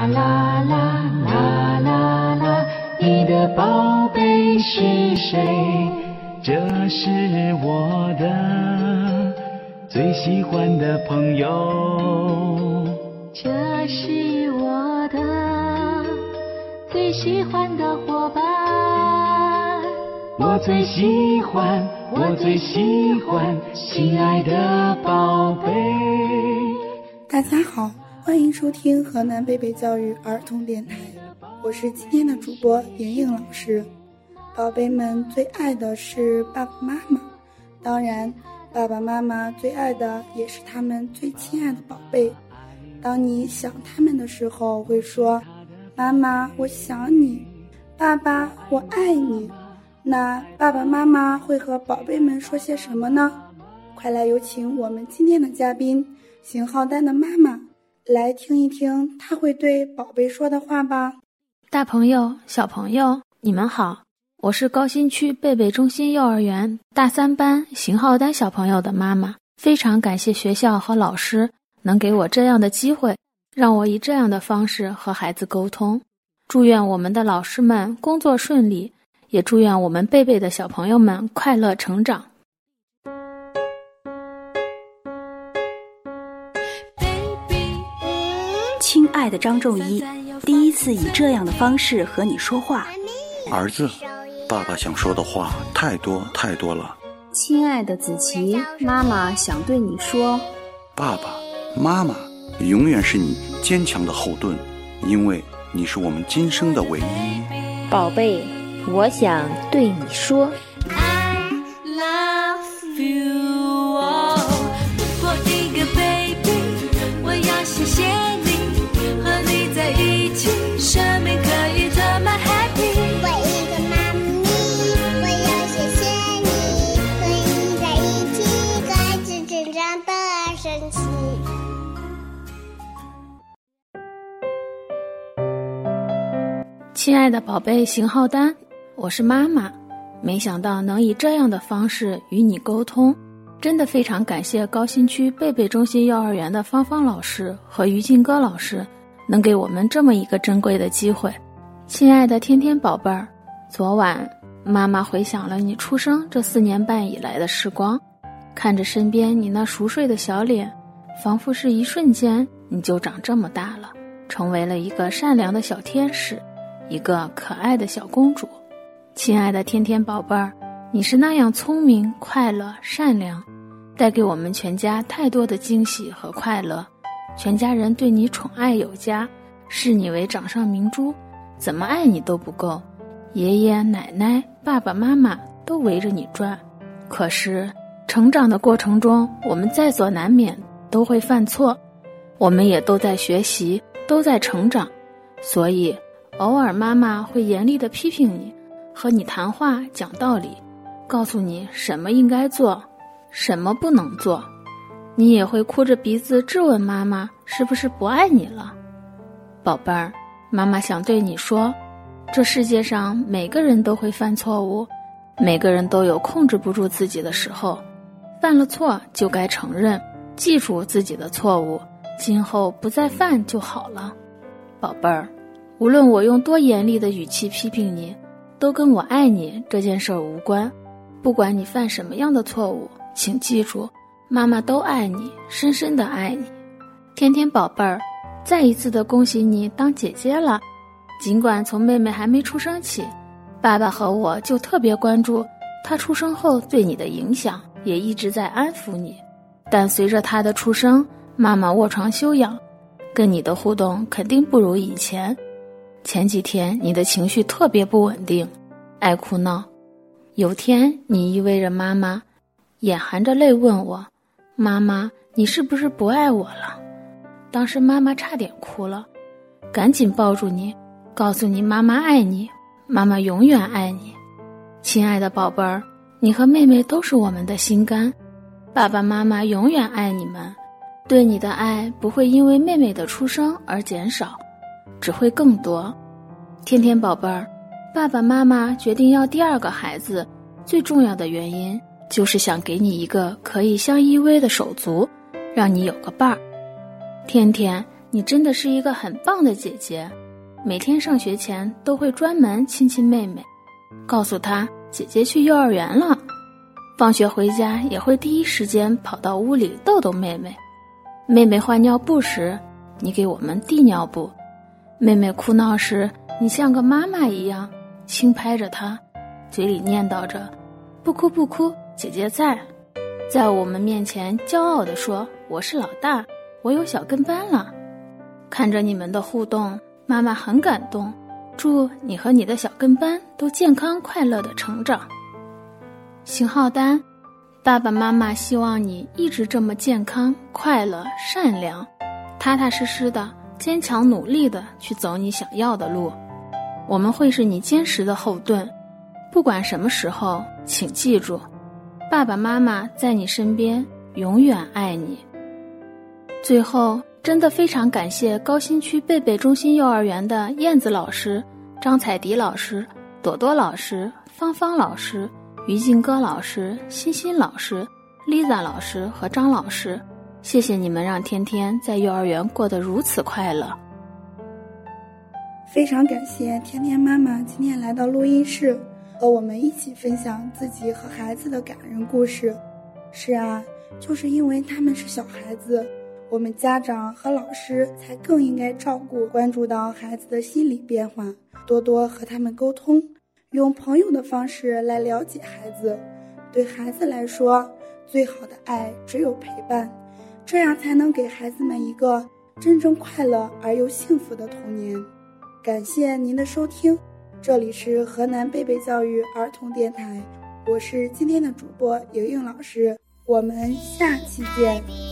啦啦啦啦啦啦，你的宝贝是谁？这是我的最喜欢的朋友， 这是我的最喜欢的伙伴， 我最喜欢，我最喜欢，亲爱的宝贝。 大家好，欢迎收听河南贝贝教育儿童电台，我是今天的主播莹莹老师。宝贝们最爱的是爸爸妈妈，当然爸爸妈妈最爱的也是他们最亲爱的宝贝。当你想他们的时候，会说妈妈我想你，爸爸我爱你。那爸爸妈妈会和宝贝们说些什么呢？快来有请我们今天的嘉宾邢浩丹的妈妈来听一听她会对宝贝说的话吧。 大朋友小朋友你们好，我是高新区贝贝中心幼儿园大3班邢浩丹小朋友的妈妈，非常感谢学校和老师能给我这样的机会，让我以这样的方式和孩子沟通。祝愿我们的老师们工作顺利，也祝愿我们贝贝的小朋友们快乐成长。 亲爱的张仲一，第一次以这样的方式和你说话。 儿子，爸爸想说的话太多太多了。 亲爱的子琪，妈妈想对你说， 爸爸妈妈永远是你坚强的后盾，因为你是我们今生的唯一。 宝贝，我想对你说 I love you、如果一个 baby， 我要谢谢你，和你在一起，生命可以这么 happy。 我一个妈咪，我要谢谢你，和你在一起，孩子成长的神奇。 亲爱的宝贝邢浩丹，我是妈妈，没想到能以这样的方式与你沟通，真的非常感谢高新区贝贝中心幼儿园的芳芳老师和于静歌老师，能给我们这么一个珍贵的机会。亲爱的天天宝贝儿，昨晚妈妈回想了你出生这4年半以来的时光，看着身边你那熟睡的小脸，仿佛是一瞬间你就长这么大了，成为了一个善良的小天使，一个可爱的小公主。亲爱的天天宝贝儿，你是那样聪明、快乐、善良，带给我们全家太多的惊喜和快乐。全家人对你宠爱有加，视你为掌上明珠，怎么爱你都不够。爷爷奶奶、爸爸妈妈都围着你转。可是成长的过程中，我们在所难免，都会犯错，我们也都在学习，都在成长，所以偶尔妈妈会严厉地批评你，和你谈话讲道理，告诉你什么应该做，什么不能做。你也会哭着鼻子质问妈妈是不是不爱你了。宝贝儿，妈妈想对你说，这世界上每个人都会犯错误，每个人都有控制不住自己的时候，犯了错就该承认，记住自己的错误，今后不再犯就好了。宝贝儿，无论我用多严厉的语气批评你，都跟我爱你这件事无关。不管你犯什么样的错误，请记住，妈妈都爱你，深深的爱你。天天宝贝儿，再一次的恭喜你当姐姐了。尽管从妹妹还没出生起，爸爸和我就特别关注她出生后对你的影响，也一直在安抚你。但随着她的出生，妈妈卧床休养，跟你的互动肯定不如以前。前几天你的情绪特别不稳定，爱哭闹。有天你依偎着妈妈，眼含着泪问我，妈妈，你是不是不爱我了？当时妈妈差点哭了，赶紧抱住你，告诉你妈妈爱你，妈妈永远爱你。亲爱的宝贝儿，你和妹妹都是我们的心肝，爸爸妈妈永远爱你们，对你的爱不会因为妹妹的出生而减少，只会更多。天天宝贝儿，爸爸妈妈决定要第2个孩子，最重要的原因就是想给你一个可以相依偎的手足，让你有个伴儿。天天， 你真的是一个很棒的姐姐，每天上学前都会专门亲亲妹妹，告诉她姐姐去幼儿园了。放学回家也会第一时间跑到屋里逗逗妹妹。妹妹换尿布时，你给我们递尿布；妹妹哭闹时，你像个妈妈一样轻拍着她，嘴里念叨着不哭不哭，姐姐在我们面前骄傲地说，我是老大，我有小跟班了。看着你们的互动，妈妈很感动，祝你和你的小跟班都健康快乐地成长。邢浩丹，爸爸妈妈希望你一直这么健康、快乐、善良，踏踏实实的、坚强努力的去走你想要的路。我们会是你坚实的后盾，不管什么时候，请记住，爸爸妈妈在你身边，永远爱你。最后，真的非常感谢高新区贝贝中心幼儿园的燕子老师、张彩迪老师、朵朵老师、芳芳老师、于静歌老师、欣欣老师、Lisa 老师和张老师，谢谢你们让天天在幼儿园过得如此快乐。 非常感谢天天妈妈今天来到录音室，和我们一起分享自己和孩子的感人故事。是啊，就是因为他们是小孩子，我们家长和老师才更应该照顾、关注到孩子的心理变化，多多和他们沟通，用朋友的方式来了解孩子。对孩子来说，最好的爱只有陪伴，这样才能给孩子们一个真正快乐而又幸福的童年。感谢您的收听，这里是河南贝贝教育儿童电台，我是今天的主播莹莹老师，我们下期见。